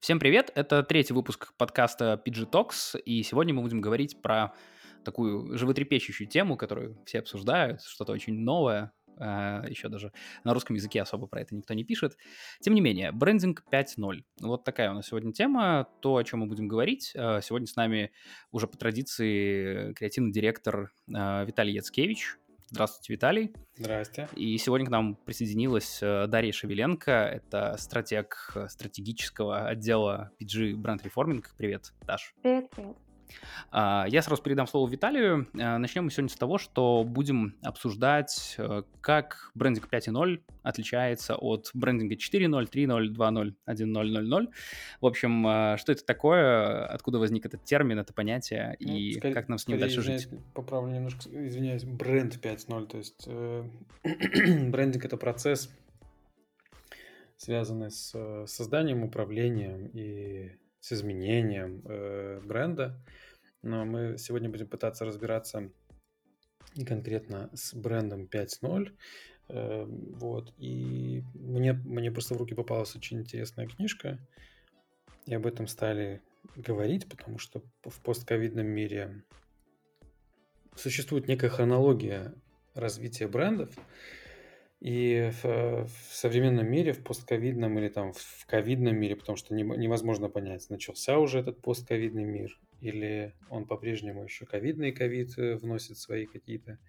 Всем привет! Это третий выпуск подкаста PG Talks, и сегодня мы будем говорить про такую животрепещущую тему, которую все обсуждают, что-то очень новое, еще даже на русском языке особо про это никто не пишет. Тем не менее, брендинг 5.0. Вот такая у нас сегодня тема, то, о чем мы будем говорить. Сегодня с нами уже по традиции креативный директор Виталий Яцкевич. Здравствуйте, Виталий. Здрасте. И сегодня к нам присоединилась Дарья Шевеленко, это стратег стратегического отдела PG Brand Reforming. Привет, Даш. Привет, привет. Я сразу передам слово Виталию. Начнем мы сегодня с того, что будем обсуждать, как брендинг 5.0 отличается от брендинга 4.0, 3.0, 2.0, 1.0, 0.0. В общем, что это такое, откуда возник этот термин, это понятие, и как нам с ним дальше жить. Поправлю немножко, извиняюсь, бренд 5.0, то есть брендинг — это процесс, связанный с созданием, управлением и с изменением бренда. Но мы сегодня будем пытаться разбираться конкретно с брендом 5.0. Вот. И мне просто в руки попалась очень интересная книжка, и об этом стали говорить, потому что в постковидном мире существует некая хронология развития брендов, и в современном мире, в постковидном или там в ковидном мире, потому что невозможно понять, начался уже этот постковидный мир, или он по-прежнему еще ковидный ковид вносит свои какие-то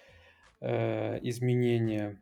изменения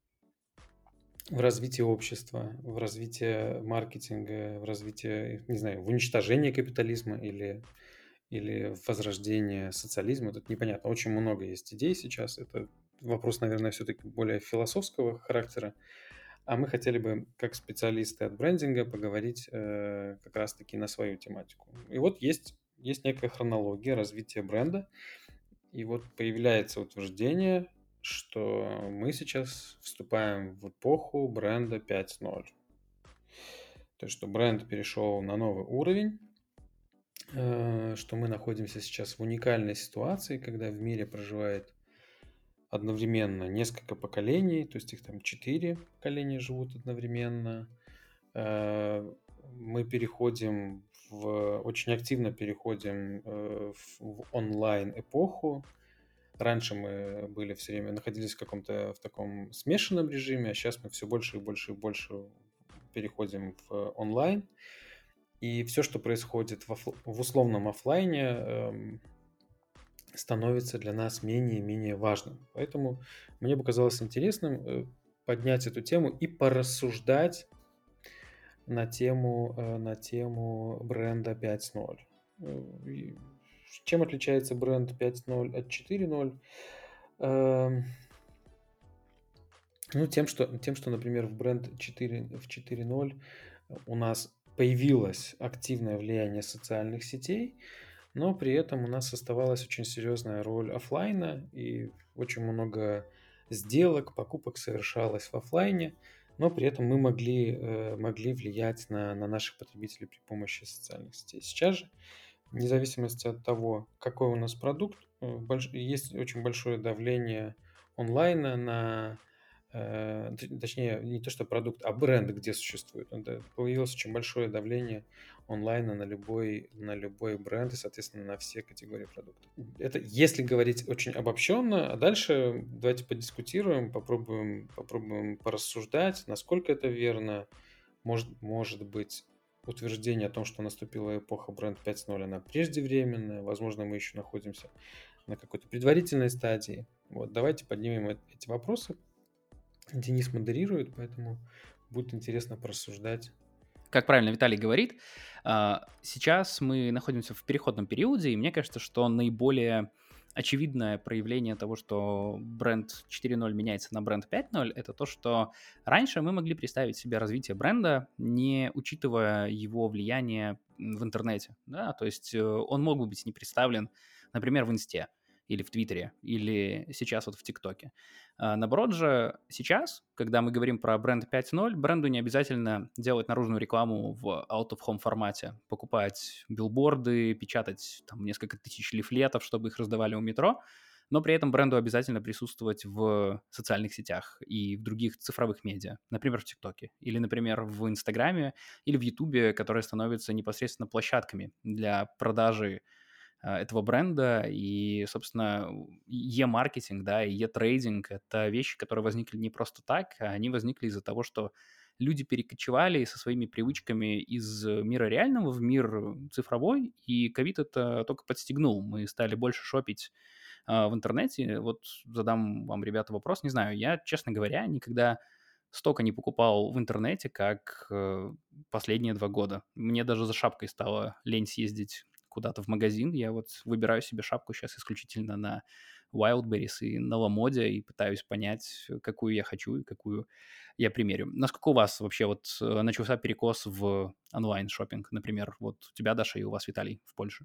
в развитие общества, в развитие маркетинга, в развитие, не знаю, в уничтожение капитализма или в возрождение социализма. Тут непонятно. Очень много есть идей сейчас. Это вопрос, наверное, все-таки более философского характера. А мы хотели бы, как специалисты от брендинга, поговорить как раз-таки на свою тематику. И вот есть некая хронология развития бренда. И вот появляется утверждение, что мы сейчас вступаем в эпоху бренда 5.0. То есть, что бренд перешел на новый уровень, что мы находимся сейчас в уникальной ситуации, когда в мире проживает одновременно несколько поколений, то есть их там 4 поколения живут одновременно. Мы очень активно переходим в онлайн-эпоху. Раньше мы были все время, находились в таком смешанном режиме, а сейчас мы все больше и больше и больше переходим в онлайн. И все, что происходит в условном офлайне, становится для нас менее и менее важным. Поэтому мне бы казалось интересным поднять эту тему и порассуждать на тему бренда 5.0. Чем отличается бренд 5.0 от 4.0? Тем, что, например, в бренд 4.0 у нас появилось активное влияние социальных сетей, но при этом у нас оставалась очень серьезная роль офлайна, и очень много сделок, покупок совершалось в офлайне, но при этом мы могли влиять на наших потребителей при помощи социальных сетей. Сейчас же, вне зависимости от того, какой у нас продукт, есть очень большое давление онлайна точнее, не то что продукт, а бренд, где существует. Появилось очень большое давление онлайна на любой бренд и, соответственно, на все категории продуктов. Это если говорить очень обобщенно, а дальше давайте подискутируем, попробуем порассуждать, насколько это верно. Может быть, утверждение о том, что наступила эпоха бренд 5.0, она преждевременная. Возможно, мы еще находимся на какой-то предварительной стадии. Вот, давайте поднимем эти вопросы. Денис модерирует, поэтому будет интересно порассуждать. Как правильно Виталий говорит, сейчас мы находимся в переходном периоде, и мне кажется, что наиболее очевидное проявление того, что бренд 4.0 меняется на бренд 5.0, это то, что раньше мы могли представить себе развитие бренда, не учитывая его влияние в интернете. Да? То есть он мог бы быть не представлен, например, в Инсте или в Твиттере, или сейчас вот в ТикТоке. Наоборот же, сейчас, когда мы говорим про бренд 5.0, бренду не обязательно делать наружную рекламу в out-of-home формате, покупать билборды, печатать там несколько тысяч лифлетов, чтобы их раздавали у метро. но при этом бренду обязательно присутствовать в социальных сетях и в других цифровых медиа, например, в ТикТоке или, например, в Инстаграме или в Ютубе, которые становятся непосредственно площадками для продажи этого бренда. И, собственно, e-маркетинг, да, и e-трейдинг — это вещи, которые возникли не просто так, а они возникли из-за того, что люди перекочевали со своими привычками из мира реального в мир цифровой, и ковид это только подстегнул. Мы стали больше шопить в интернете. Вот задам вам, ребята, вопрос. Не знаю, я, честно говоря, никогда столько не покупал в интернете, как последние 2 года. Мне даже за шапкой стало лень съездить куда-то в магазин. Я вот выбираю себе шапку сейчас исключительно на Wildberries и на Ламоде и пытаюсь понять, какую я хочу и какую я примерю. Насколько у вас вообще вот начался перекос в онлайн-шоппинг, например, вот у тебя, Даша, и у вас, Виталий, в Польше?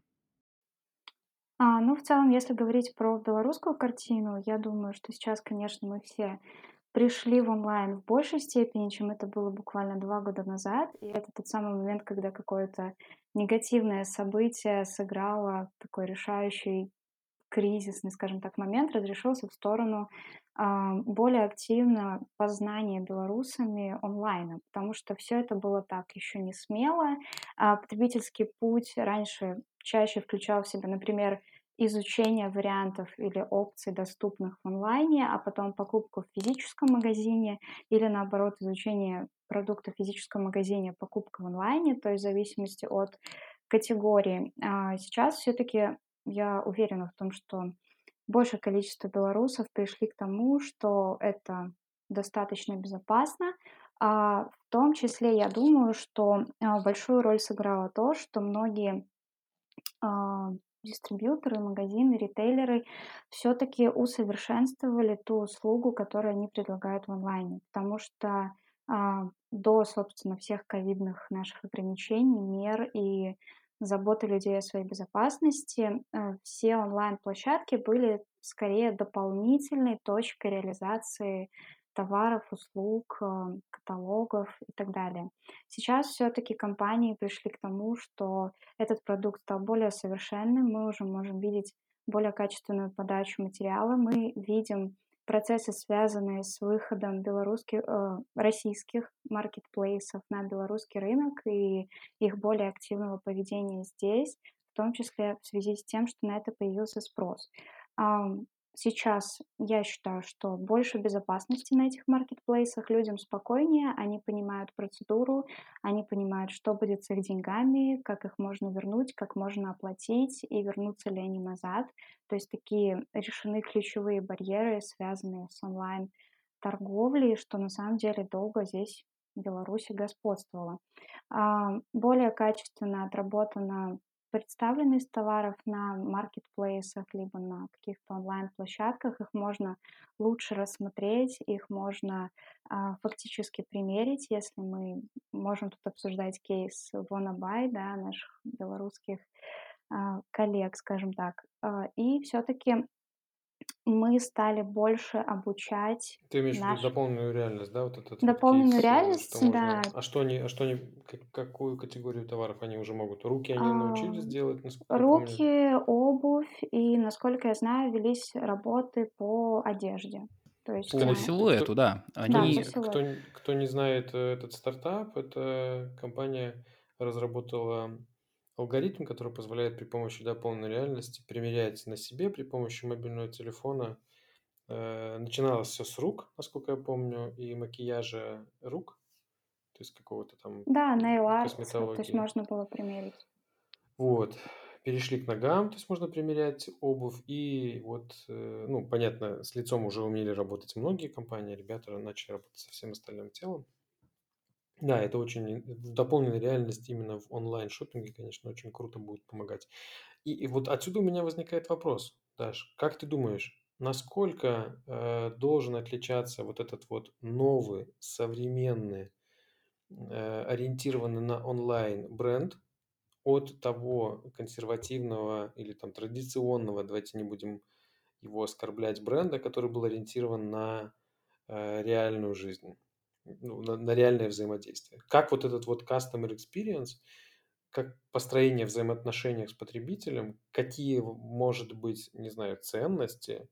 Ну, в целом, если говорить про белорусскую картину, я думаю, что сейчас, конечно, мы все пришли в онлайн в большей степени, чем это было буквально 2 года назад. И это тот самый момент, когда какое-то негативное событие сыграло такой решающий кризисный, скажем так, момент, разрешился в сторону более активно познания белорусами онлайна, потому что все это было так еще не смело. Потребительский путь раньше чаще включал в себя, например, изучение вариантов или опций, доступных в онлайне, а потом покупку в физическом магазине или, наоборот, изучение продукта в физическом магазине, покупка в онлайне, то есть в зависимости от категории. Сейчас все-таки я уверена в том, что большее количество белорусов пришли к тому, что это достаточно безопасно. В том числе, я думаю, что большую роль сыграло то, что многие а, дистрибьюторы, магазины, ритейлеры все-таки усовершенствовали ту услугу, которую они предлагают в онлайне. Потому что до, собственно, всех ковидных наших ограничений, мер и заботы людей о своей безопасности, все онлайн-площадки были скорее дополнительной точкой реализации товаров, услуг, каталогов и так далее. Сейчас все-таки компании пришли к тому, что этот продукт стал более совершенным, мы уже можем видеть более качественную подачу материала, мы видим процессы, связанные с выходом российских маркетплейсов на белорусский рынок и их более активного поведения здесь, в том числе в связи с тем, что на это появился спрос. Сейчас я считаю, что больше безопасности на этих маркетплейсах, людям спокойнее, они понимают процедуру, они понимают, что будет с их деньгами, как их можно вернуть, как можно оплатить и вернутся ли они назад. То есть такие решены ключевые барьеры, связанные с онлайн-торговлей, что на самом деле долго здесь в Беларуси господствовало. Более качественно отработана представленность товаров на маркетплейсах, либо на каких-то онлайн-площадках. Их можно лучше рассмотреть, их можно фактически примерить, если мы можем тут обсуждать кейс Wannabuy, да, наших белорусских коллег, скажем так. И все-таки мы стали больше обучать Ты имеешь в виду наш дополненную реальность, да, вот этот вот дополненную кейс, что реальность, да. можно... какую категорию товаров они уже могут? Руки они А, научились делать, насколько я помню. Руки, обувь и, насколько я знаю, велись работы по одежде. То есть, По По, силуэту, да. да, по Они силуэту. кто не знает этот стартап, это компания разработала алгоритм, который позволяет при помощи дополненной реальности примерять на себе при помощи мобильного телефона. Начиналось все с рук, насколько я помню, и макияжа рук, то есть какого-то там Да, nail art, то есть косметологии. можно было примерить. Вот. Перешли к ногам, то есть можно примерять обувь. И вот, ну, понятно, с лицом уже умели работать многие компании, ребята начали работать со всем остальным телом. Да, это очень в дополненной реальности именно в онлайн-шоппинге, конечно, очень круто будет помогать. И вот отсюда у меня возникает вопрос, Даш, как ты думаешь, насколько должен отличаться вот этот вот новый, современный, ориентированный на онлайн бренд от того консервативного или там традиционного, давайте не будем его оскорблять, бренда, который был ориентирован на реальную жизнь, ну, на реальное взаимодействие. Как вот этот вот customer experience как построение взаимоотношений с потребителем, какие может быть, не знаю, ценности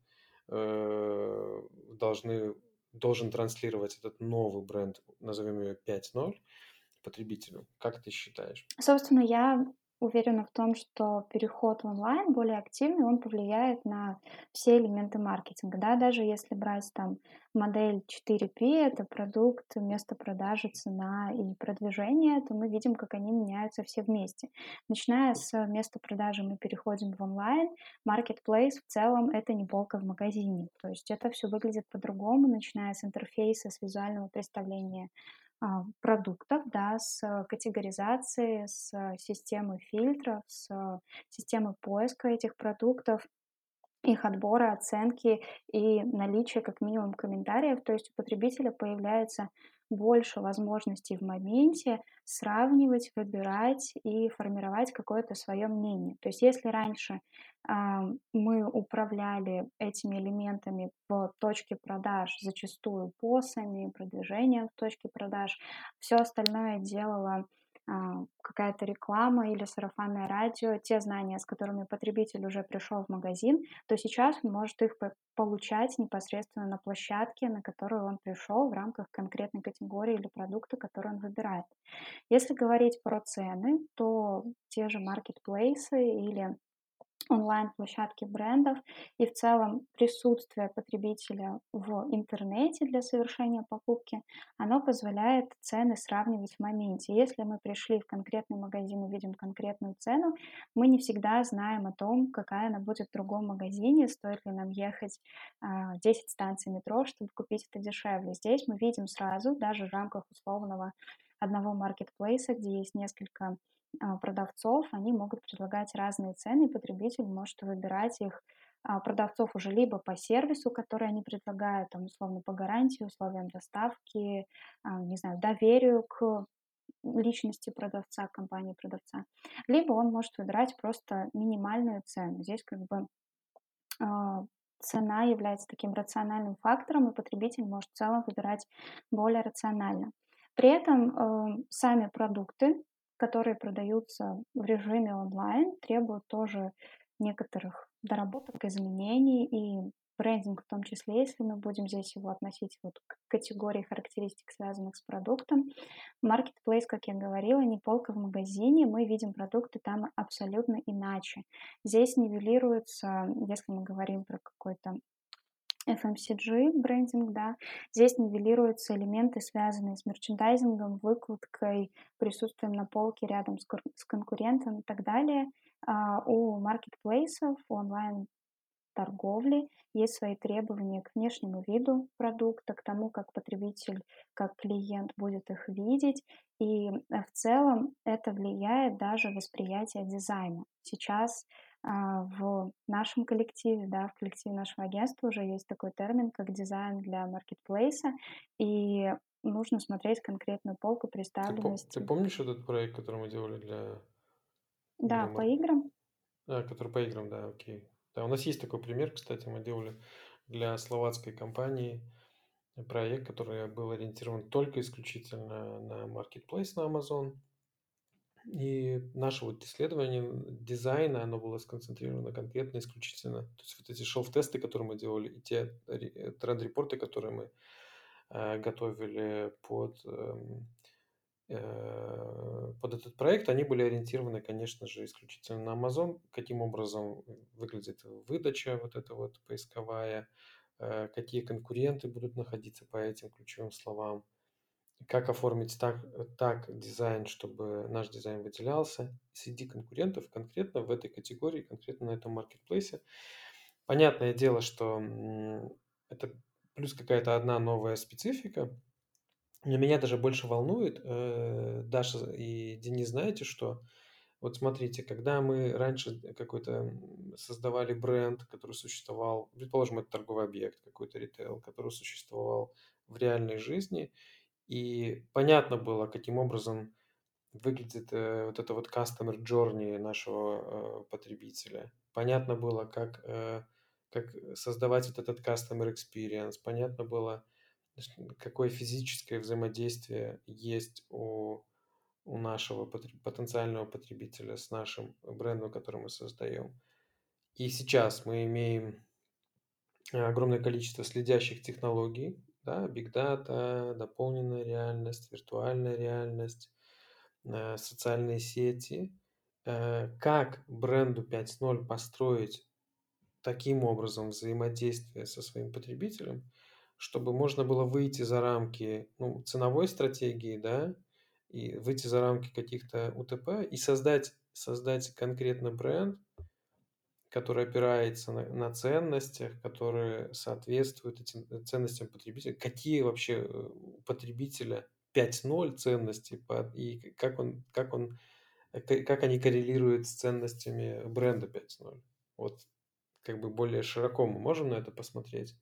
э, должны, должен транслировать этот новый бренд, назовем ее 5.0, потребителю. Как ты считаешь? Собственно, я уверена в том, что переход в онлайн более активный, он повлияет на все элементы маркетинга, да, даже если брать там модель 4P, это продукт, место продажи, цена и продвижение, то мы видим, как они меняются все вместе. Начиная с места продажи мы переходим в онлайн, marketplace в целом это не полка в магазине, то есть это все выглядит по-другому, начиная с интерфейса, с визуального представления продуктов, да, с категоризацией, с системой фильтров, с системой поиска этих продуктов, их отбора, оценки и наличия как минимум комментариев. То есть у потребителя появляется больше возможностей в моменте сравнивать, выбирать и формировать какое-то свое мнение. То есть если раньше мы управляли этими элементами в точке продаж, зачастую постами, продвижением в точке продаж, все остальное делала какая-то реклама или сарафанное радио, те знания, с которыми потребитель уже пришел в магазин, то сейчас он может их получать непосредственно на площадке, на которую он пришел в рамках конкретной категории или продукта, который он выбирает. Если говорить про цены, то те же маркетплейсы или онлайн-площадки брендов и в целом присутствие потребителя в интернете для совершения покупки, оно позволяет цены сравнивать в моменте. Если мы пришли в конкретный магазин и видим конкретную цену, мы не всегда знаем о том, какая она будет в другом магазине, стоит ли нам ехать 10 станций метро, чтобы купить это дешевле. Здесь мы видим сразу, даже в рамках условного одного маркетплейса, где есть несколько продавцов, они могут предлагать разные цены, и потребитель может выбирать их продавцов уже либо по сервису, который они предлагают, там, условно, по гарантии, условиям доставки, не знаю, доверию к личности продавца, компании продавца, либо он может выбирать просто минимальную цену. Здесь как бы а, цена является таким рациональным фактором, и потребитель может в целом выбирать более рационально. При этом сами продукты, которые продаются в режиме онлайн, требуют тоже некоторых доработок, изменений и брендинг в том числе, если мы будем здесь его относить вот к категории характеристик, связанных с продуктом. Marketplace, как я говорила, не полка в магазине, мы видим продукты там абсолютно иначе. Здесь нивелируется, если мы говорим про какой-то FMCG брендинг, да, здесь нивелируются элементы, связанные с мерчендайзингом, выкладкой, присутствием на полке рядом с конкурентом и так далее. У маркетплейсов, у онлайн торговли есть свои требования к внешнему виду продукта, к тому, как потребитель, как клиент будет их видеть. И в целом это влияет даже восприятие дизайна. Сейчас в нашем коллективе, да, в коллективе нашего агентства уже есть такой термин, как дизайн для маркетплейса, и нужно смотреть конкретную полку Ты представленности. помнишь этот проект, который мы делали Да, для по играм. который по играм, да, окей. Да, у нас есть такой пример, кстати, мы делали для словацкой компании проект, который был ориентирован только исключительно на marketplace на Amazon. И наше вот исследование дизайна, оно было сконцентрировано конкретно, исключительно. То есть вот эти шелф-тесты, которые мы делали, и те тренд-репорты, которые мы готовили под этот проект, они были ориентированы, конечно же, исключительно на Amazon. Каким образом выглядит выдача вот эта вот поисковая, какие конкуренты будут находиться по этим ключевым словам, как оформить так дизайн, чтобы наш дизайн выделялся среди конкурентов конкретно в этой категории, конкретно на этом маркетплейсе. Понятное дело, что это плюс какая-то одна новая специфика, но меня даже больше волнует, Даша и Денис, знаете что? Вот смотрите, когда мы раньше какой-то создавали бренд, который существовал, предположим, это торговый объект, какой-то ритейл, который существовал в реальной жизни, и понятно было, каким образом выглядит вот это вот customer journey нашего потребителя. Понятно было, как создавать вот этот customer experience. Понятно было, какое физическое взаимодействие есть у у нашего потенциального потребителя с нашим брендом, который мы создаем. И сейчас мы имеем огромное количество следящих технологий, да, Big Data, дополненная реальность, виртуальная реальность, социальные сети. Как бренду 5.0 построить таким образом взаимодействие со своим потребителем, чтобы можно было выйти за рамки, ну, ценовой стратегии, да, и выйти за рамки каких-то УТП и создать конкретно бренд, который опирается на ценностях, которые соответствуют этим ценностям потребителя. Какие вообще у потребителя 5.0 ценности и как они коррелируют с ценностями бренда 5.0. Вот как бы более широко мы можем на это посмотреть.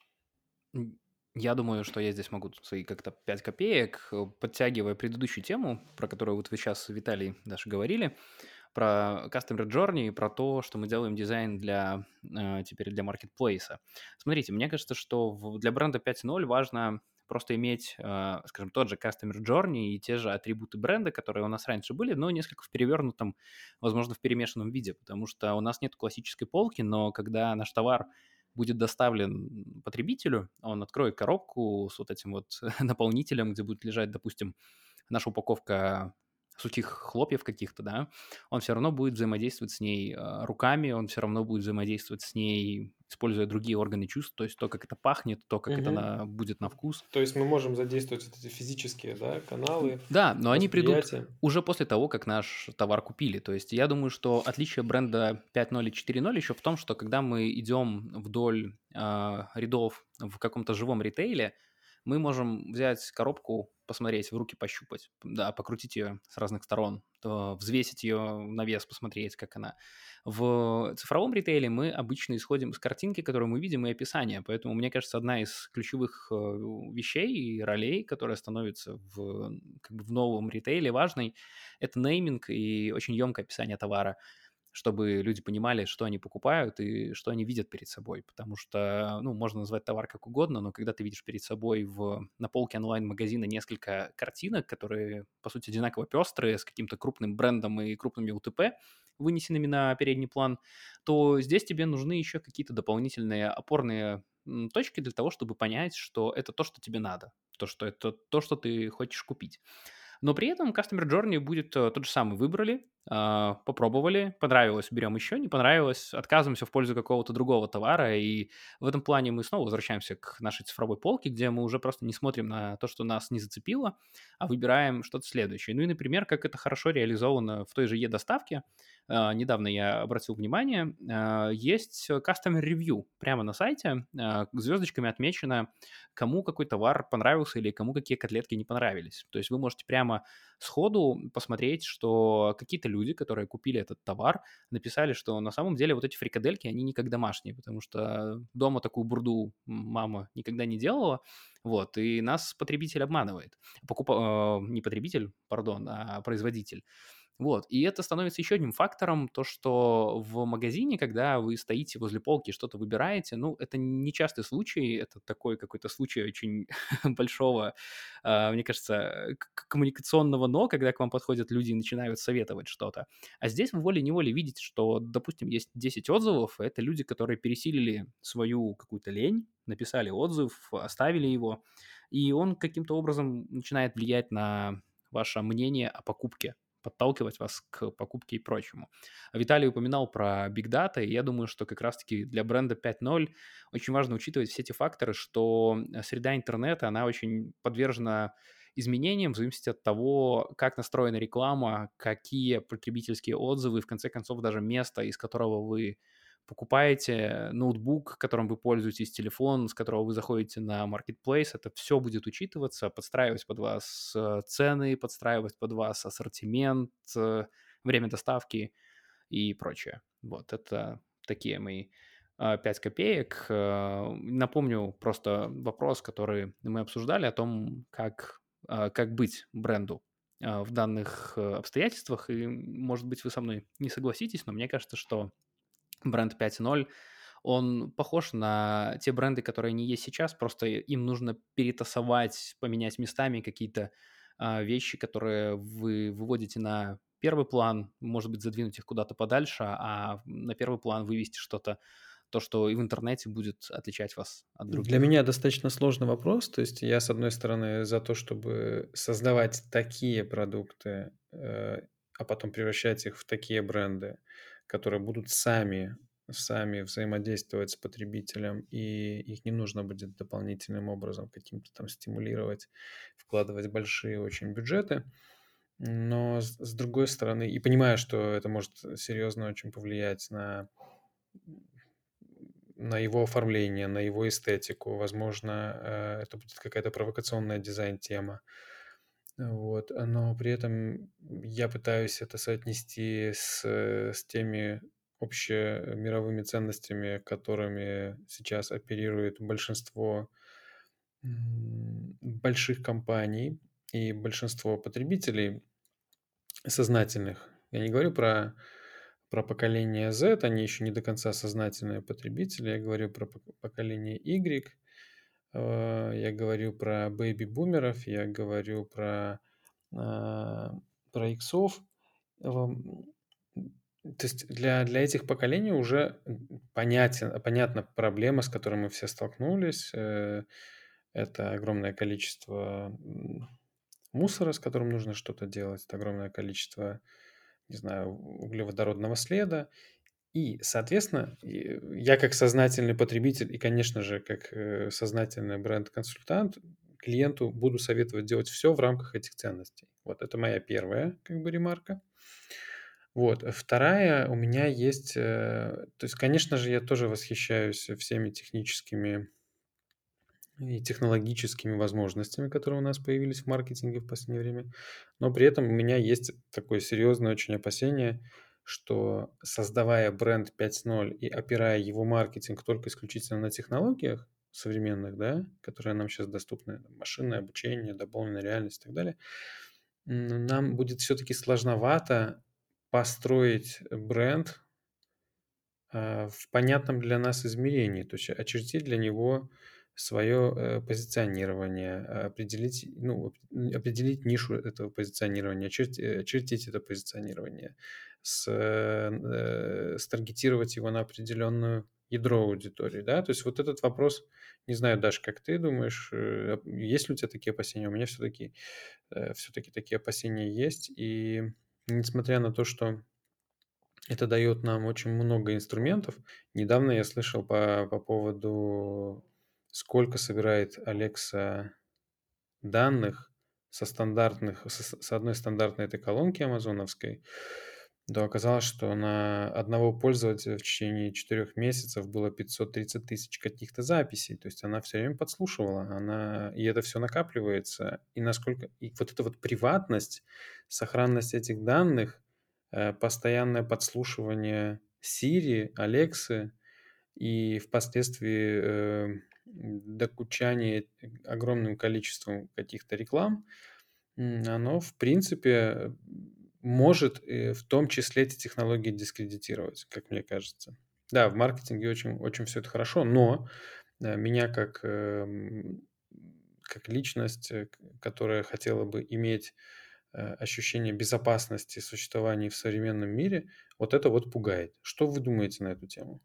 Я думаю, что я здесь могу свои как-то 5 копеек, подтягивая предыдущую тему, про которую вот вы сейчас, Виталий, даже говорили, про Customer Journey, про то, что мы делаем дизайн теперь для маркетплейса. Смотрите, мне кажется, что для бренда 5.0 важно просто иметь, скажем, тот же Customer Journey и те же атрибуты бренда, которые у нас раньше были, но несколько в перевернутом, возможно, в перемешанном виде, потому что у нас нет классической полки, но когда наш товар будет доставлен потребителю, он откроет коробку с вот этим вот наполнителем, где будет лежать, допустим, наша упаковка сухих хлопьев каких-то, да, он все равно будет взаимодействовать с ней руками, он все равно будет взаимодействовать с ней, используя другие органы чувств, то есть то, как это пахнет, то, как Мгм. это будет на вкус. То есть мы можем задействовать вот эти физические, да, каналы Да, но они придут восприятия. уже после того, как наш товар купили. То есть я думаю, что отличие бренда 5.0 и 4.0 еще в том, что когда мы идем вдоль рядов в каком-то живом ритейле, мы можем взять коробку, посмотреть, в руки пощупать, да, покрутить ее с разных сторон, взвесить ее на вес, посмотреть, как она. В цифровом ритейле мы обычно исходим из картинки, которую мы видим, и описания. Поэтому, мне кажется, одна из ключевых вещей и ролей, которая становится как бы в новом ритейле важной, это нейминг и очень емкое описание товара, чтобы люди понимали, что они покупают и что они видят перед собой. Потому что, ну, можно назвать товар как угодно, но когда ты видишь перед собой на полке онлайн-магазина несколько картинок, которые, по сути, одинаково пестрые, с каким-то крупным брендом и крупными УТП, вынесенными на передний план, то здесь тебе нужны еще какие-то дополнительные опорные точки для того, чтобы понять, что это то, что тебе надо, то, что это то, что ты хочешь купить. Но при этом Customer Journey будет тот же самый. Выбрали, попробовали, понравилось, берем еще, не понравилось, отказываемся в пользу какого-то другого товара. И в этом плане мы снова возвращаемся к нашей цифровой полке, где мы уже просто не смотрим на то, что нас не зацепило, а выбираем что-то следующее. Ну и, например, как это хорошо реализовано в той же Е-доставке. Недавно я обратил внимание, есть Customer Review прямо на сайте, звездочками отмечено, кому какой товар понравился или кому какие котлетки не понравились. То есть вы можете прямо сходу посмотреть, что какие-то люди, которые купили этот товар, написали, что на самом деле вот эти фрикадельки, они никак домашние, потому что дома такую бурду мама никогда не делала, вот, и нас потребитель обманывает. Не потребитель, пардон, а производитель. Вот, и это становится еще одним фактором, то, что в магазине, когда вы стоите возле полки и что-то выбираете, ну, это не частый случай, это такой какой-то случай очень большого, мне кажется, коммуникационного «но», когда к вам подходят люди и начинают советовать что-то. А здесь вы волей-неволей видите, что, допустим, есть 10 отзывов, это люди, которые пересилили свою какую-то лень, написали отзыв, оставили его, и он каким-то образом начинает влиять на ваше мнение о покупке, подталкивать вас к покупке и прочему. Виталий упоминал про Big Data, и я думаю, что как раз-таки для бренда 5.0 очень важно учитывать все эти факторы, что среда интернета, она очень подвержена изменениям в зависимости от того, как настроена реклама, какие потребительские отзывы, в конце концов, даже место, из которого вы покупаете ноутбук, которым вы пользуетесь, телефон, с которого вы заходите на Marketplace, это все будет учитываться, подстраивать под вас цены, подстраивать под вас ассортимент, время доставки и прочее. Вот, это такие мои 5 копеек. Напомню просто вопрос, который мы обсуждали о том, как быть бренду в данных обстоятельствах. И, может быть, вы со мной не согласитесь, но мне кажется, что бренд 5.0, он похож на те бренды, которые не есть сейчас, просто им нужно перетасовать, поменять местами какие-то вещи, которые вы выводите на первый план, может быть, задвинуть их куда-то подальше, а на первый план вывести что-то, то, что и в интернете будет отличать вас от Для других. меня достаточно сложный вопрос. То есть я, с одной стороны, за то, чтобы создавать такие продукты, а потом превращать их в такие бренды, которые будут сами взаимодействовать с потребителем, и их не нужно будет дополнительным образом каким-то там стимулировать, вкладывать большие очень бюджеты. Но с другой стороны, и понимаю, что это может серьезно очень повлиять на его оформление, на его эстетику. Возможно, это будет какая-то провокационная дизайн-тема. Вот. Но при этом я пытаюсь это соотнести с теми общемировыми ценностями, которыми сейчас оперирует большинство больших компаний и большинство потребителей сознательных. Я не говорю про поколение Z, они еще не до конца сознательные потребители. Я говорю про поколение Y, я говорю про бэйби-бумеров, я говорю про иксов. Эм, То есть для этих поколений уже понятна проблема, с которой мы все столкнулись. Это огромное количество мусора, с которым нужно что-то делать, это огромное количество, не знаю, углеводородного следа. И, соответственно, я как сознательный потребитель и, конечно же, как сознательный бренд-консультант клиенту буду советовать делать все в рамках этих ценностей. Вот это моя первая как бы ремарка. Вот. Вторая у меня есть... То есть, конечно же, я тоже восхищаюсь всеми техническими и технологическими возможностями, которые у нас появились в маркетинге в последнее время. Но при этом у меня есть такое серьезное очень опасение, что создавая бренд 5.0 и опирая его маркетинг только исключительно на технологиях современных, да, которые нам сейчас доступны, машинное обучение, дополненная реальность и так далее, нам будет все-таки сложновато построить бренд в понятном для нас измерении, то есть очертить для него свое позиционирование, определить нишу этого позиционирования, очертить это позиционирование, старгетировать его на определенную ядро аудитории, да, то есть вот этот вопрос, не знаю, Даш, как ты думаешь, есть ли у тебя такие опасения? У меня все-таки такие опасения есть, и несмотря на то, что это дает нам очень много инструментов. Недавно я слышал по поводу, сколько собирает Alexa данных с одной стандартной этой колонки амазоновской, то оказалось, что на одного пользователя в течение 4 месяцев было 530 тысяч каких-то записей. То есть она все время подслушивала, и это все накапливается. И вот эта вот приватность, сохранность этих данных, постоянное подслушивание Siri, Алексы и впоследствии докучание огромным количеством каких-то реклам, оно, в принципе, может в том числе эти технологии дискредитировать, как мне кажется. Да, в маркетинге очень, очень все это хорошо, но меня как личность, которая хотела бы иметь ощущение безопасности существования в современном мире, вот это вот пугает. Что вы думаете на эту тему?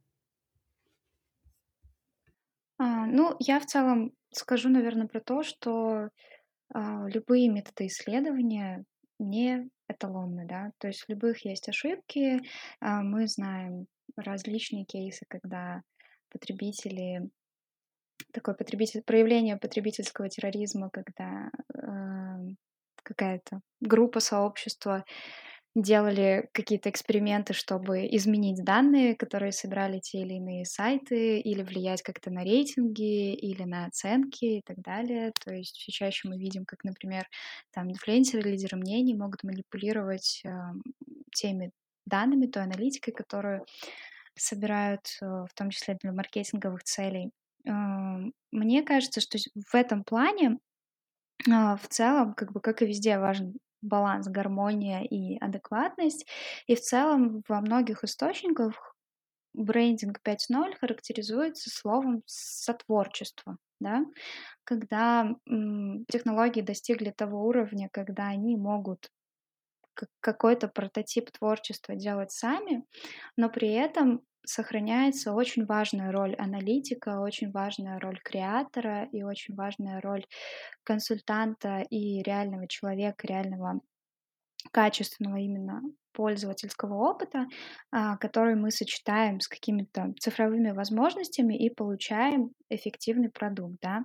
Ну, я в целом скажу, наверное, про то, что любые методы исследования не эталонны, да, то есть в любых есть ошибки. Мы знаем различные кейсы, когда потребители, проявление потребительского терроризма, когда какая-то группа, сообщества делали какие-то эксперименты, чтобы изменить данные, которые собирали те или иные сайты, или влиять как-то на рейтинги, или на оценки и так далее. То есть все чаще мы видим, как, например, там инфлюенсеры, лидеры мнений могут манипулировать теми данными, той аналитикой, которую собирают, в том числе для маркетинговых целей. Мне кажется, что в этом плане в целом, как бы, как и везде, важен баланс, гармония и адекватность. И в целом во многих источниках брендинг 5.0 характеризуется словом сотворчество. да, когда технологии достигли того уровня, когда они могут какой-то прототип творчества делать сами, но при этом сохраняется очень важная роль аналитика, очень важная роль креатора и очень важная роль консультанта и реального человека, реального качественного именно пользовательского опыта, который мы сочетаем с какими-то цифровыми возможностями и получаем эффективный продукт, да.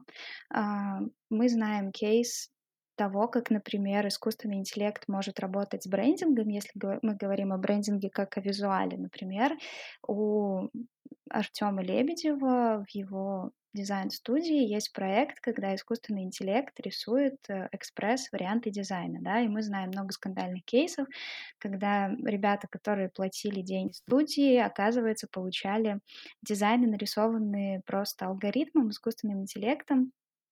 Мы знаем кейс того, как, например, искусственный интеллект может работать с брендингом, если мы говорим о брендинге как о визуале. Например, у Артема Лебедева в его дизайн-студии есть проект, когда искусственный интеллект рисует экспресс-варианты дизайна, да, и мы знаем много скандальных кейсов, когда ребята, которые платили деньги студии, оказывается, получали дизайны, нарисованные просто алгоритмом, искусственным интеллектом,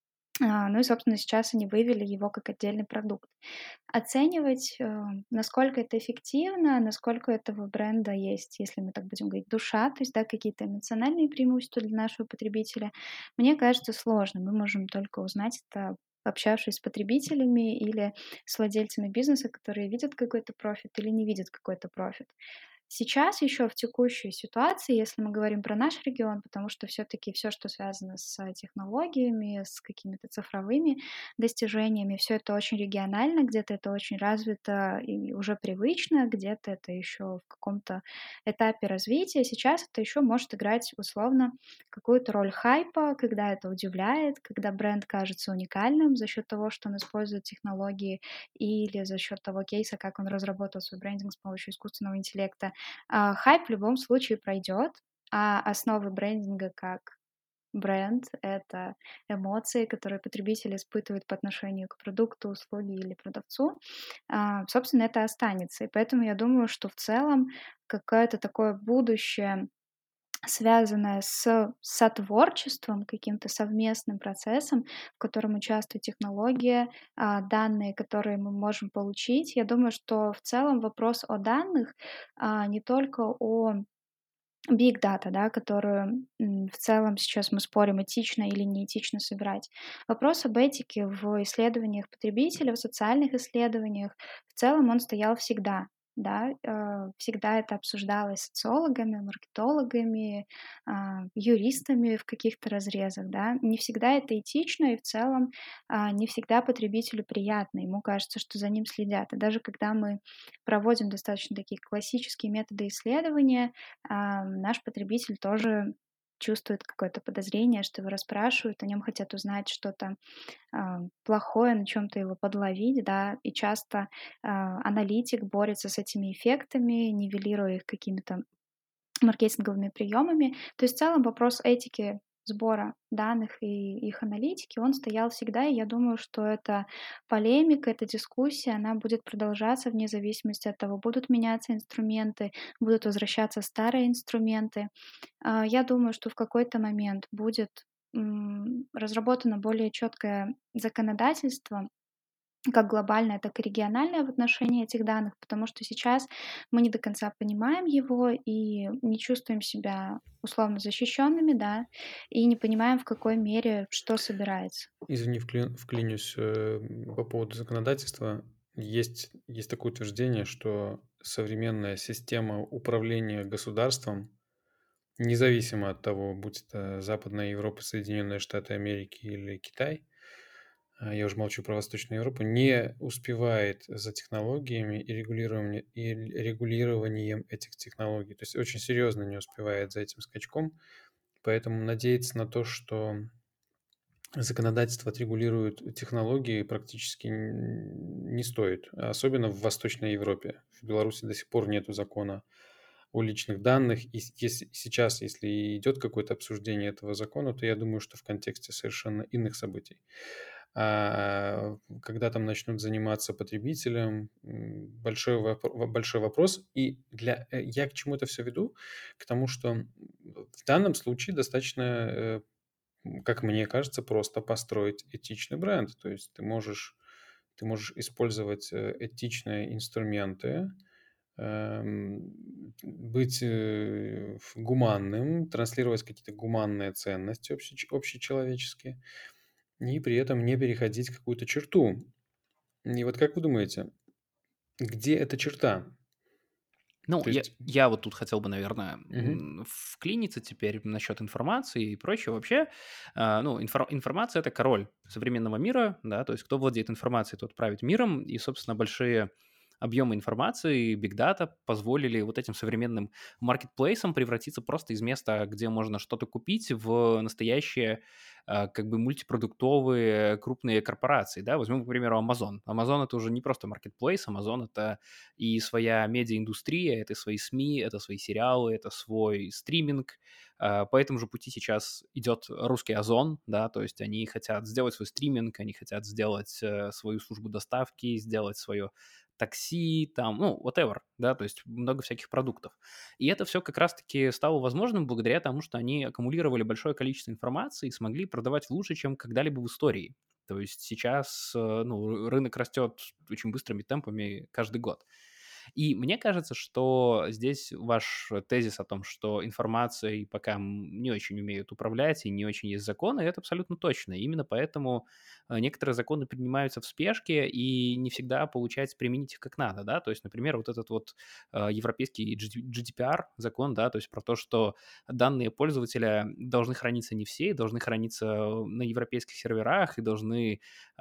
ну и, собственно, сейчас они вывели его как отдельный продукт. Оценивать, насколько это эффективно, насколько у этого бренда есть, если мы так будем говорить, душа, то есть, да, какие-то эмоциональные преимущества для нашего потребителя, мне кажется, сложно. Мы можем только узнать это, общавшись с потребителями или с владельцами бизнеса, которые видят какой-то профит или не видят какой-то профит. Сейчас еще в текущей ситуации, если мы говорим про наш регион, потому что все-таки все, что связано с технологиями, с какими-то цифровыми достижениями, все это очень регионально, где-то это очень развито и уже привычно, где-то это еще в каком-то этапе развития. Сейчас это еще может играть условно какую-то роль хайпа, когда это удивляет, когда бренд кажется уникальным за счет того, что он использует технологии или за счет того кейса, как он разработал свой брендинг с помощью искусственного интеллекта. Хайп в любом случае пройдет, а основы брендинга как бренд — это эмоции, которые потребитель испытывает по отношению к продукту, услуге или продавцу. Собственно, это останется. И поэтому я думаю, что в целом какое-то такое будущее, связанное с сотворчеством, каким-то совместным процессом, в котором участвует технология, данные, которые мы можем получить. Я думаю, что в целом вопрос о данных, не только о big data, да, которую в целом сейчас мы спорим, этично или неэтично собирать. Вопрос об этике в исследованиях потребителя, в социальных исследованиях, в целом он стоял всегда. Да, всегда это обсуждалось социологами, маркетологами, юристами в каких-то разрезах, да. Не всегда это этично, и в целом не всегда потребителю приятно. Ему кажется, что за ним следят. И даже когда мы проводим достаточно такие классические методы исследования, наш потребитель тоже чувствует какое-то подозрение, что его расспрашивают, о нем хотят узнать что-то плохое, на чем-то его подловить, да, и часто аналитик борется с этими эффектами, нивелируя их какими-то маркетинговыми приемами. То есть в целом вопрос этики сбора данных и их аналитики, он стоял всегда, и я думаю, что эта полемика, эта дискуссия, она будет продолжаться вне зависимости от того, будут меняться инструменты, будут возвращаться старые инструменты. Я думаю, что в какой-то момент будет разработано более четкое законодательство, как глобальное, так и региональное в отношении этих данных, потому что сейчас мы не до конца понимаем его и не чувствуем себя условно защищенными, да, и не понимаем, в какой мере что собирается. Извини, вклинюсь по поводу законодательства. Есть такое утверждение, что современная система управления государством, независимо от того, будь это Западная Европа, Соединенные Штаты Америки или Китай, я уже молчу про Восточную Европу, не успевает за технологиями и регулированием этих технологий. То есть очень серьезно не успевает за этим скачком. Поэтому надеяться на то, что законодательство отрегулирует технологии, практически не стоит. Особенно в Восточной Европе. В Беларуси до сих пор нет закона о личных данных. И сейчас, если идет какое-то обсуждение этого закона, то я думаю, что в контексте совершенно иных событий. А когда там начнут заниматься потребителем, большой вопрос. И я к чему это все веду? К тому, что в данном случае достаточно, как мне кажется, просто построить этичный бренд. То есть ты можешь использовать этичные инструменты, быть гуманным, транслировать какие-то гуманные ценности общечеловеческие, и при этом не переходить какую-то черту. И вот как вы думаете, где эта черта? Ну, То я, есть, я вот тут хотел бы, наверное, мгм, вклиниться теперь насчет информации и прочего. Вообще, ну, информация — это король современного мира, да, то есть кто владеет информацией, тот правит миром, и, собственно, большие объемы информации, big data позволили вот этим современным маркетплейсам превратиться просто из места, где можно что-то купить, в настоящие как бы мультипродуктовые крупные корпорации, да, возьмем, к примеру, Amazon. Amazon — это уже не просто маркетплейс, Amazon — это и своя медиаиндустрия, это свои СМИ, это свои сериалы, это свой стриминг. По этому же пути сейчас идет русский Озон, да, то есть они хотят сделать свой стриминг, они хотят сделать свою службу доставки, сделать свое такси, там, ну, whatever, да, то есть много всяких продуктов. И это все как раз-таки стало возможным благодаря тому, что они аккумулировали большое количество информации и смогли продавать лучше, чем когда-либо в истории. То есть сейчас ну, рынок растет очень быстрыми темпами каждый год. И мне кажется, что здесь ваш тезис о том, что информацией пока не очень умеют управлять и не очень есть законы, это абсолютно точно. Именно поэтому некоторые законы принимаются в спешке и не всегда получается применить их как надо, да, то есть, например, вот этот вот европейский GDPR закон, да, то есть про то, что данные пользователя должны храниться не все, должны храниться на европейских серверах и должны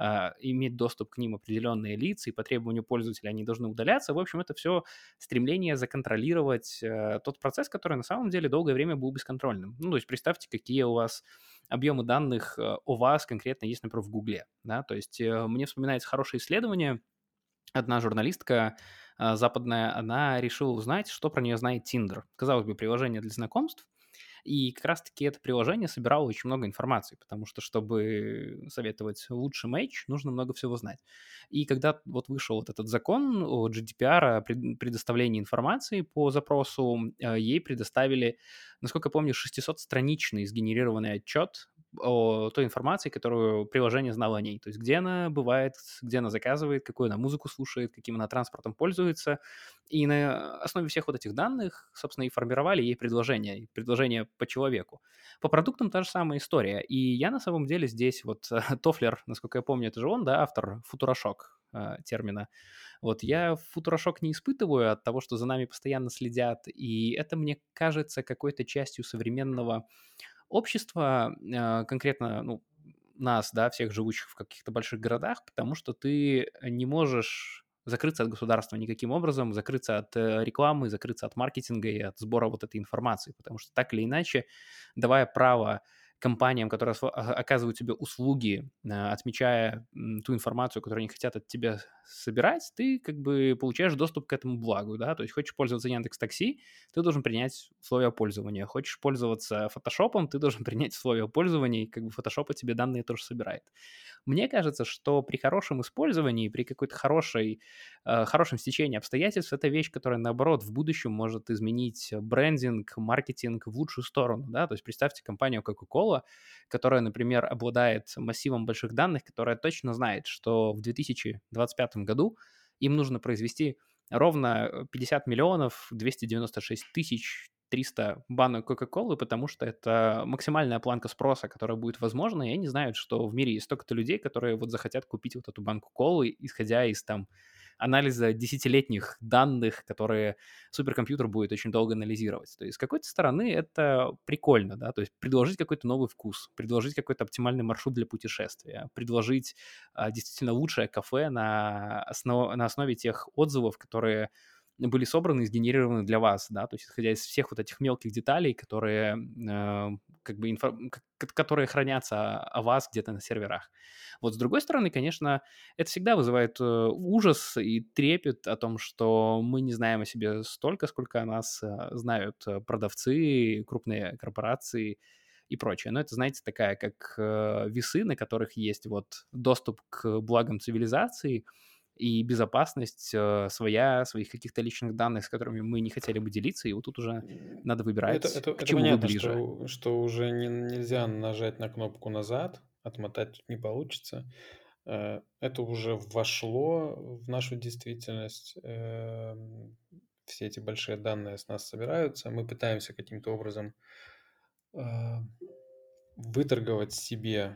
иметь доступ к ним определенные лица, и по требованию пользователя они должны удаляться. В общем, это все стремление законтролировать тот процесс, который на самом деле долгое время был бесконтрольным. Ну, то есть представьте, какие у вас объемы данных о вас конкретно есть, например, в Гугле, да, то есть мне вспоминается хорошее исследование, одна журналистка западная, она решила узнать, что про нее знает Tinder. Казалось бы, приложение для знакомств, и как раз-таки это приложение собирало очень много информации, потому что, чтобы советовать лучший матч, нужно много всего знать. И когда вот вышел вот этот закон о GDPR, о предоставлении информации по запросу, ей предоставили, насколько я помню, 600-страничный сгенерированный отчет о той информации, которую приложение знало о ней. То есть где она бывает, где она заказывает, какую она музыку слушает, каким она транспортом пользуется. И на основе всех вот этих данных, собственно, и формировали ей предложение, и предложение по человеку. По продуктам та же самая история. И я на самом деле здесь вот Тофлер, насколько я помню, это же он, да, автор футурошок термина. Вот я футурошок не испытываю от того, что за нами постоянно следят, и это мне кажется какой-то частью современного общества, конкретно, ну, нас, да, всех живущих в каких-то больших городах, потому что ты не можешь закрыться от государства никаким образом, закрыться от рекламы, закрыться от маркетинга и от сбора вот этой информации, потому что так или иначе, давая право компаниям, которые оказывают тебе услуги, отмечая ту информацию, которую они хотят от тебя собирать, ты как бы получаешь доступ к этому благу, да, то есть хочешь пользоваться Яндекс.Такси, ты должен принять условия пользования. Хочешь пользоваться фотошопом, ты должен принять условия пользования, и как бы фотошоп тебе данные тоже собирает. Мне кажется, что при хорошем использовании, при какой-то хорошем стечении обстоятельств, это вещь, которая, наоборот, в будущем может изменить брендинг, маркетинг в лучшую сторону, да, то есть представьте компанию Coca-Cola, которая, например, обладает массивом больших данных, которая точно знает, что в 2025 году им нужно произвести ровно 50 миллионов 296 тысяч 300 банок Кока-Колы, потому что это максимальная планка спроса, которая будет возможна, и они знают, что в мире есть столько-то людей, которые вот захотят купить вот эту банку колы, исходя из там анализа десятилетних данных, которые суперкомпьютер будет очень долго анализировать. То есть с какой-то стороны это прикольно, да, то есть предложить какой-то новый вкус, предложить какой-то оптимальный маршрут для путешествия, предложить действительно лучшее кафе на основе тех отзывов, которые были собраны и сгенерированы для вас, да, то есть исходя из всех вот этих мелких деталей, которые как бы которые хранятся о вас где-то на серверах. Вот с другой стороны, конечно, это всегда вызывает ужас и трепет о том, что мы не знаем о себе столько, сколько о нас знают продавцы, крупные корпорации и прочее. Но это, знаете, такая как весы, на которых есть вот доступ к благам цивилизации, и безопасность своих каких-то личных данных, с которыми мы не хотели бы делиться, и вот тут уже надо Это, выбирать, это, к это чему вы понятно, ближе. что уже нельзя нажать на кнопку назад, отмотать тут не получится. Это уже вошло в нашу действительность. все эти большие данные с нас собираются, мы пытаемся каким-то образом выторговать себе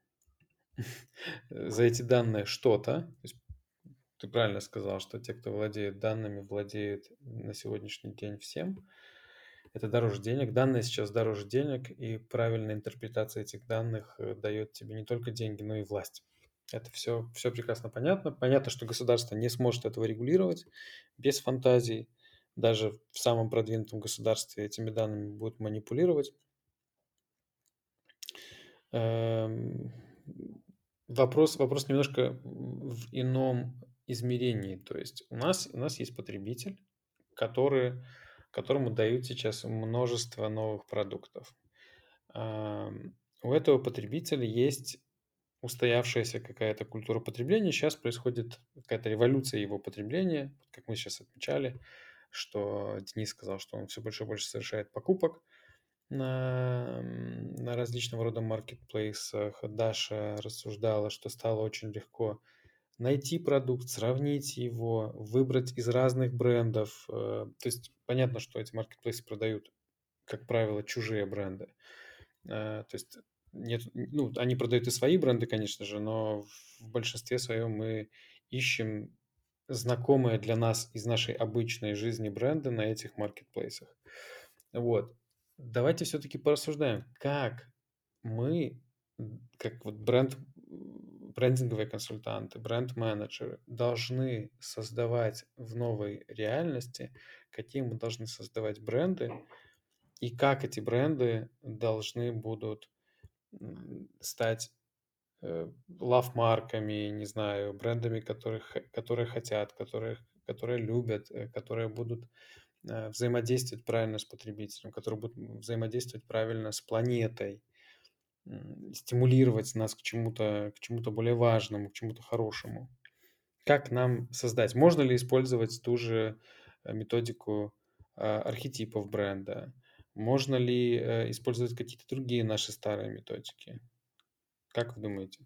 за эти данные что-то. То есть ты правильно сказал, что те, кто владеет данными, владеют на сегодняшний день всем. Это дороже денег. Данные сейчас дороже денег, и правильная интерпретация этих данных дает тебе не только деньги, но и власть. Это все прекрасно понятно. Понятно, что государство не сможет этого регулировать без фантазий. Даже в самом продвинутом государстве этими данными будут манипулировать. Эм, Вопрос немножко в ином измерении. То есть у нас есть потребитель, которому дают сейчас множество новых продуктов. У этого потребителя есть устоявшаяся какая-то культура потребления. Сейчас происходит какая-то революция его потребления, как мы сейчас отмечали, что Денис сказал, что он все больше и больше совершает покупок на различного рода маркетплейсах. Даша рассуждала, что стало очень легко найти продукт, сравнить его, выбрать из разных брендов. То есть понятно, что эти маркетплейсы продают, как правило, чужие бренды. То есть нет, ну, они продают и свои бренды, конечно же, но в большинстве своем мы ищем знакомые для нас из нашей обычной жизни бренды на этих маркетплейсах. Вот. Давайте все-таки порассуждаем, как мы, как вот брендинговые консультанты, бренд-менеджеры должны создавать в новой реальности, какие мы должны создавать бренды, и как эти бренды должны будут стать лав-марками, не знаю, брендами, которые хотят, которые любят, которые будут взаимодействовать правильно с потребителем, которые будут взаимодействовать правильно с планетой, стимулировать нас к чему-то более важному, к чему-то хорошему. Как нам создать? Можно ли использовать ту же методику архетипов бренда? Можно ли использовать какие-то другие наши старые методики? Как вы думаете?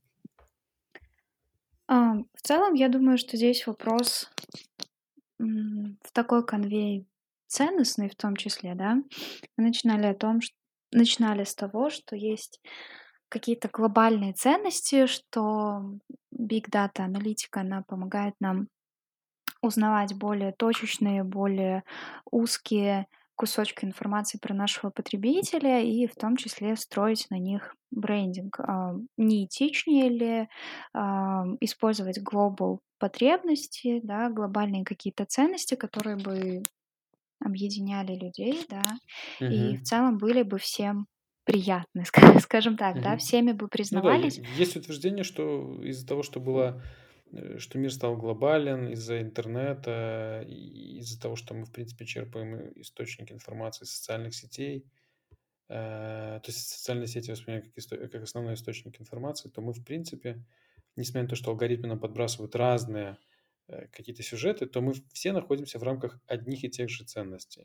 В целом, я думаю, что здесь вопрос в такой конвей ценностный в том числе, да. Мы начинали с того, что есть какие-то глобальные ценности, что Big Data аналитика, она помогает нам узнавать более точечные, более узкие кусочки информации про нашего потребителя и в том числе строить на них брендинг. Не этичнее ли использовать глобал потребности, да, глобальные какие-то ценности, которые бы объединяли людей, да, и в Мгм. целом были бы всем приятны, скажем так, да, Мгм. всеми бы Ну да, признавались. есть утверждение, что из-за того, что мир стал глобален, из-за интернета, и из-за того, что мы, в принципе, черпаем источники информации из социальных сетей, то есть социальные сети воспринимаем как основной источник информации, то мы, в принципе, несмотря на то, что алгоритмы нам подбрасывают разные какие-то сюжеты, то мы все находимся в рамках одних и тех же ценностей.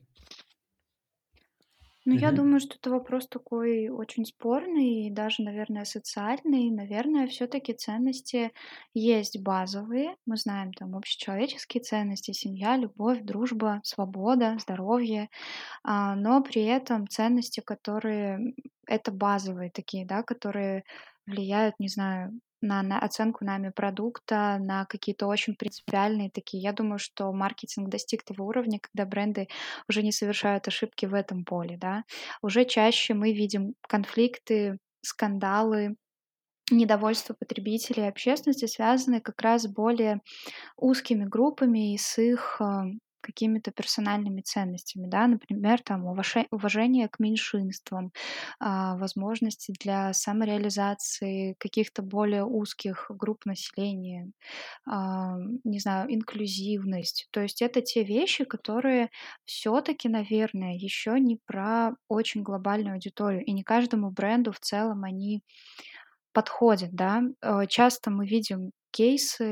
Ну, я Мгм. думаю, что это вопрос такой очень спорный и даже, наверное, социальный. Наверное, все-таки ценности есть базовые. Мы знаем там общечеловеческие ценности, семья, любовь, дружба, свобода, здоровье. Но при этом ценности, которые это базовые такие, да, которые влияют, не знаю, на оценку нами продукта, на какие-то очень принципиальные такие. Я думаю, что маркетинг достиг того уровня, когда бренды уже не совершают ошибки в этом поле, да. Уже чаще мы видим конфликты, скандалы, недовольство потребителей и общественности, связанные как раз с более узкими группами и с их какими-то персональными ценностями, да, например, там уважение к меньшинствам, возможности для самореализации каких-то более узких групп населения, не знаю, инклюзивность. То есть это те вещи, которые все-таки, наверное, еще не про очень глобальную аудиторию, и не каждому бренду в целом они подходят, да. Часто мы видим кейсы,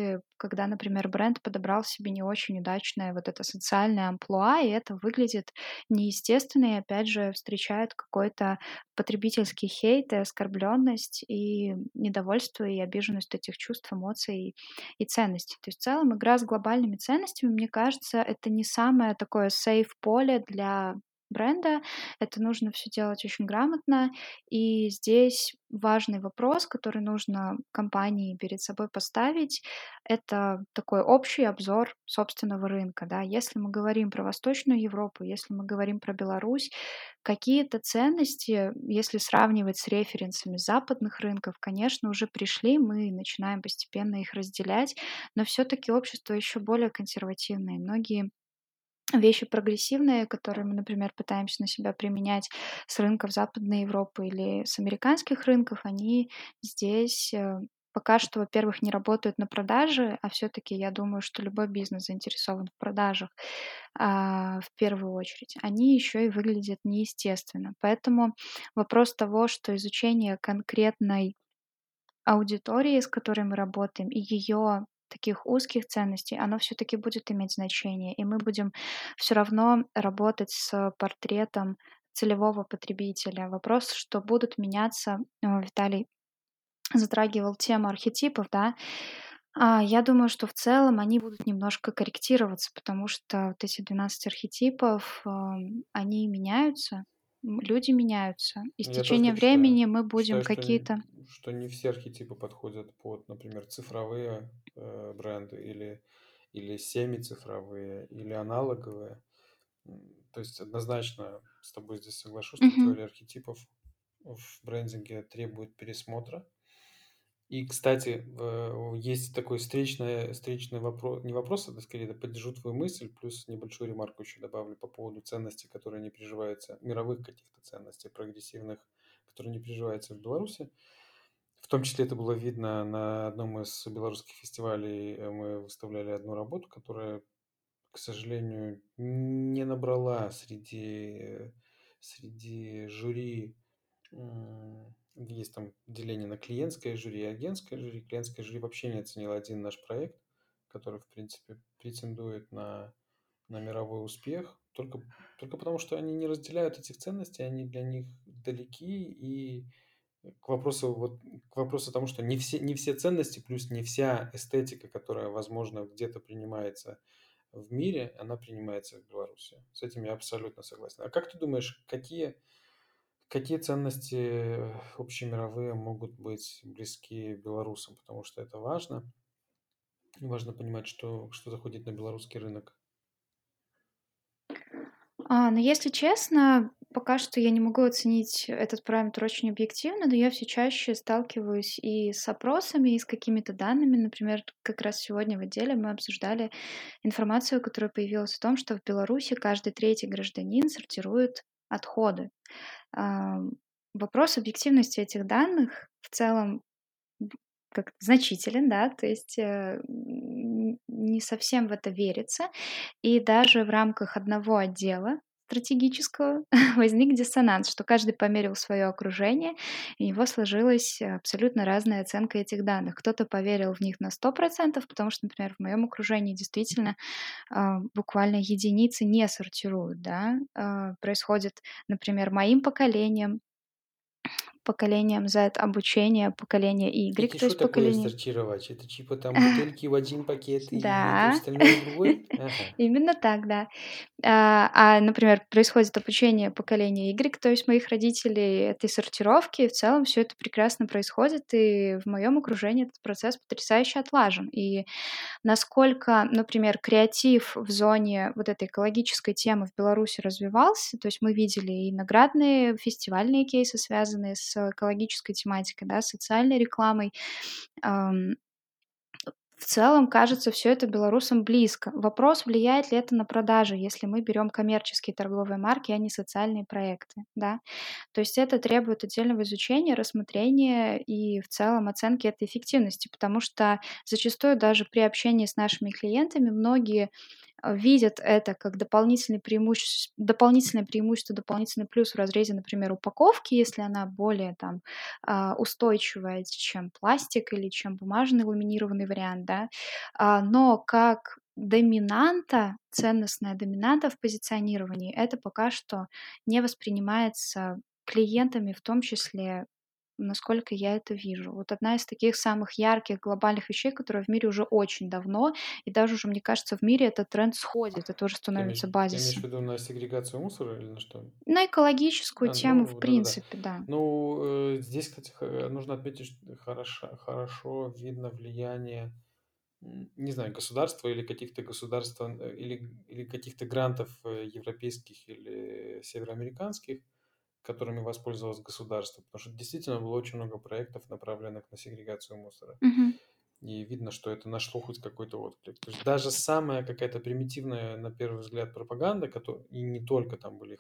когда, например, бренд подобрал себе не очень удачное вот это социальное амплуа, и это выглядит неестественно, и опять же встречает какой-то потребительский хейт и оскорбленность, и недовольство, и обиженность этих чувств, эмоций и ценностей. То есть в целом игра с глобальными ценностями, мне кажется, это не самое такое сейф-поле для бренда. Это нужно все делать очень грамотно. И здесь важный вопрос, который нужно компании перед собой поставить, это такой общий обзор собственного рынка. Да. Если мы говорим про Восточную Европу, если мы говорим про Беларусь, какие-то ценности, если сравнивать с референсами западных рынков, конечно, уже пришли, мы начинаем постепенно их разделять, но все-таки общество еще более консервативное. Многие вещи прогрессивные, которые мы, например, пытаемся на себя применять с рынков Западной Европы или с американских рынков, они здесь пока что, во-первых, не работают на продаже, а все-таки я думаю, что любой бизнес заинтересован в продажах в первую очередь. Они еще и выглядят неестественно. Поэтому вопрос того, что изучение конкретной аудитории, с которой мы работаем, и ее таких узких ценностей, оно все-таки будет иметь значение. И мы будем все равно работать с портретом целевого потребителя. Вопрос, что будут меняться, Виталий затрагивал тему архетипов, да. Я думаю, что в целом они будут немножко корректироваться, потому что вот эти 12 архетипов, они меняются, люди меняются, и с Я тоже течением так считаю. времени мы будем Считаю, какие-то. что не все архетипы подходят под, например, цифровые бренды или семицифровые, или аналоговые. То есть однозначно с тобой здесь соглашусь, что Мгм. теория архетипов в брендинге требует пересмотра. И, кстати, есть такой встречный вопрос, не вопрос, это скорее да, поддержу твою мысль, плюс небольшую ремарку еще добавлю по поводу ценностей, которые не приживаются, мировых каких-то ценностей, прогрессивных, которые не приживаются в Беларуси. В том числе это было видно на одном из белорусских фестивалей. Мы выставляли одну работу, которая, к сожалению, не набрала среди жюри. Есть там деление на клиентское жюри и агентское жюри. Клиентское жюри вообще не оценило один наш проект, который, в принципе, претендует на мировой успех. Только потому, что они не разделяют этих ценностей, они для них далеки. И к вопросу о том, что не все ценности, плюс не вся эстетика, которая, возможно, где-то принимается в мире, она принимается в Беларуси. С этим я абсолютно согласен. А как ты думаешь, какие ценности общемировые могут быть близки белорусам? Потому что это важно. Важно понимать, что заходит на белорусский рынок. Но если честно, пока что я не могу оценить этот параметр очень объективно, но я все чаще сталкиваюсь и с опросами, и с какими-то данными. Например, как раз сегодня в отделе мы обсуждали информацию, которая появилась о том, что в Беларуси каждый третий гражданин сортирует отходы. Ам, Вопрос объективности этих данных в целом как значителен, да, то есть не совсем в это верится. И даже в рамках одного отдела стратегического возник диссонанс, что каждый померил свое окружение, и у него сложилась абсолютно разная оценка этих данных. Кто-то поверил в них на 100%, потому что, например, в моем окружении действительно буквально единицы не сортируют. Да? Происходит, например, моим поколением Z обучение, поколение Y, Это то что есть такое поколение. сортировать? Это типа там бутылки в один пакет и Да, остальное в другой? Ага. именно так, да. Например, происходит обучение поколения Y, то есть моих родителей этой сортировки, и в целом все это прекрасно происходит, и в моем окружении этот процесс потрясающе отлажен. И насколько, например, креатив в зоне вот этой экологической темы в Беларуси развивался, то есть мы видели и наградные фестивальные кейсы, связанные с экологической тематикой, да, социальной рекламой. Ам, в целом, кажется, все это белорусам близко. Вопрос, влияет ли это на продажи, если мы берем коммерческие торговые марки, а не социальные проекты, да. То есть это требует отдельного изучения, рассмотрения и в целом оценки этой эффективности, потому что зачастую даже при общении с нашими клиентами многие видят это как дополнительное преимущество, дополнительный плюс в разрезе, например, упаковки, если она более там устойчивая, чем пластик или чем бумажный ламинированный вариант, да. Но как доминанта, ценностная доминанта в позиционировании, это пока что не воспринимается клиентами, в том числе, насколько я это вижу. Вот одна из таких самых ярких глобальных вещей, которая в мире уже очень давно, и даже уже, мне кажется, в мире этот тренд сходит, это уже становится Ты имеешь в базисом. виду на сегрегацию мусора или на что? На экологическую тему, в Ну, да-да-да. принципе, да. Ну, здесь, кстати, нужно отметить, что хорошо видно влияние, не знаю, государства или каких-то государств, или каких-то грантов европейских или североамериканских, которыми воспользовалось государство. Потому что действительно было очень много проектов, направленных на сегрегацию мусора. Мгм. И видно, что это нашло хоть какой-то отклик. То есть даже самая какая-то примитивная, на первый взгляд, пропаганда, и не только там были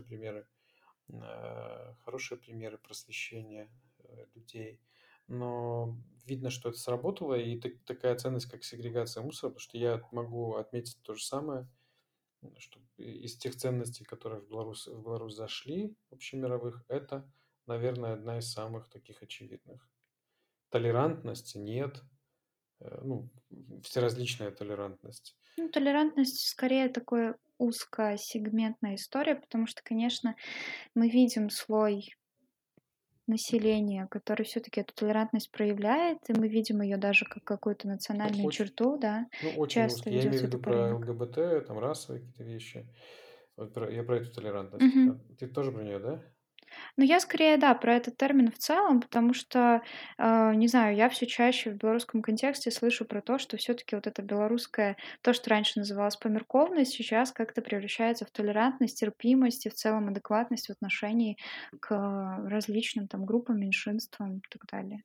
хорошие примеры просвещения людей, но видно, что это сработало, и такая ценность, как сегрегация мусора, потому что я могу отметить то же самое, что из тех ценностей, которые в Беларусь зашли, общемировых, это, наверное, одна из самых таких очевидных. Толерантности нет, ну, всеразличная толерантность. Ну, толерантность скорее такое узкосегментная история, потому что, конечно, мы видим слой населения, который все-таки эту толерантность проявляет, и мы видим ее даже как какую-то Ну, национальную очень, черту, да, очень часто узкий. Я имею в ведется виду это по про рынок. ЛГБТ, там, расовые какие-то вещи. Вот я про эту толерантность. Мгм. Ты тоже про нее, да? Ну, я скорее, да, про этот термин в целом, потому что, не знаю, я все чаще в белорусском контексте слышу про то, что все-таки вот это белорусское, то, что раньше называлось померковность, сейчас как-то превращается в толерантность, терпимость и в целом адекватность в отношении к различным там группам, меньшинствам и так далее.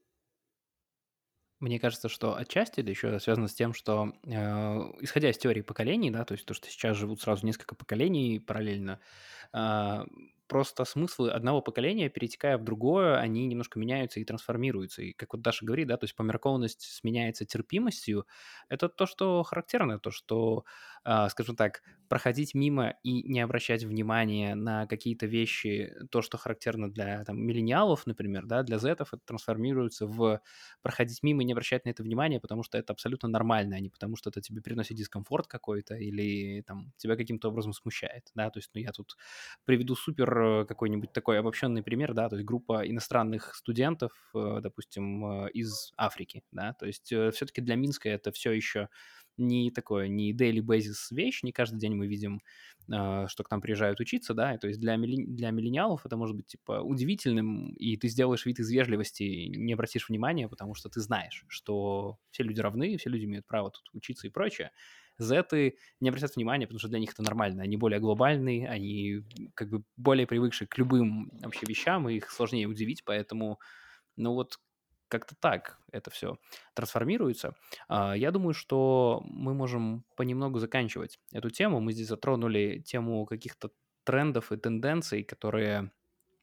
Мне кажется, что отчасти это еще связано с тем, что, исходя из теории поколений, да, то есть то, что сейчас живут сразу несколько поколений параллельно, а, просто смыслы одного поколения, перетекая в другое, они немножко меняются и трансформируются. И как вот Даша говорит, да, то есть померкованность сменяется терпимостью. Это то, что характерно, то, что, скажем так, проходить мимо и не обращать внимания на какие-то вещи, то, что характерно для там, миллениалов, например, да, для зетов, это трансформируется в проходить мимо и не обращать на это внимания, потому что это абсолютно нормально, а не потому что это тебе приносит дискомфорт какой-то или там тебя каким-то образом смущает, да, то есть, ну, я тут приведу супер какой-нибудь такой обобщенный пример, да, то есть группа иностранных студентов, допустим, из Африки, да, то есть все-таки для Минска это все еще не такое, не daily basis вещь, не каждый день мы видим, что к нам приезжают учиться, да, и то есть для миллениалов это может быть, типа, удивительным, и ты сделаешь вид из вежливости, не обратишь внимания, потому что ты знаешь, что все люди равны, все люди имеют право тут учиться и прочее. Зеты не обратят внимания, потому что для них это нормально, они более глобальные, они как бы более привыкшие к любым вообще вещам, и их сложнее удивить, поэтому, ну вот, как-то так это все трансформируется. Я думаю, что мы можем понемногу заканчивать эту тему. Мы здесь затронули тему каких-то трендов и тенденций, которые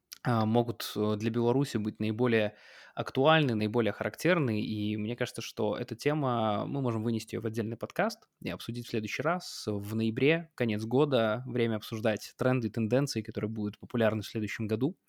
могут для Беларуси быть наиболее актуальны, наиболее характерны. И мне кажется, что эта тема, мы можем вынести ее в отдельный подкаст и обсудить в следующий раз, в ноябре, конец года, время обсуждать тренды и тенденции, которые будут популярны в следующем году,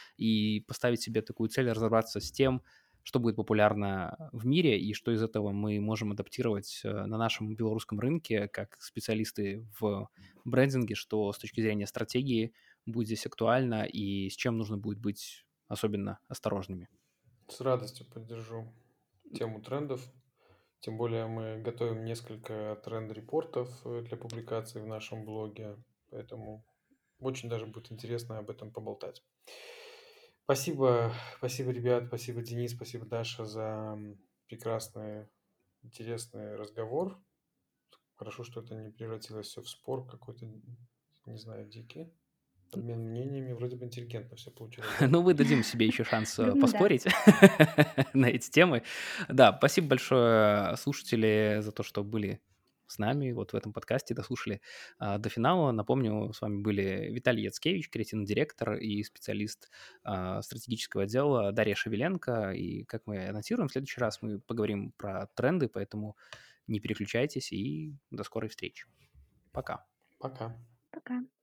и поставить себе такую цель разобраться с тем, что будет популярно в мире и что из этого мы можем адаптировать на нашем белорусском рынке как специалисты в брендинге, что с точки зрения стратегии будет здесь актуально и с чем нужно будет быть особенно осторожными. С радостью поддержу тему трендов. Тем более мы готовим несколько тренд-репортов для публикации в нашем блоге, поэтому очень даже будет интересно об этом поболтать. Спасибо, спасибо, ребят, спасибо, Денис, спасибо, Даша, за прекрасный, интересный разговор. Хорошо, что это не превратилось все в спор какой-то, не знаю, дикий. Обмен мнениями. Вроде бы интеллигентно все получилось, да? Ну, мы дадим себе еще шанс Думаю, да. поспорить на эти темы. Да, спасибо большое, слушатели, за то, что были с нами вот в этом подкасте, дослушали до финала. Напомню, с вами были Виталий Яцкевич, креативный директор и специалист стратегического отдела Дарья Шевеленко. И, как мы анонсируем, в следующий раз мы поговорим про тренды, поэтому не переключайтесь и до скорой встречи. Пока. Пока. Пока.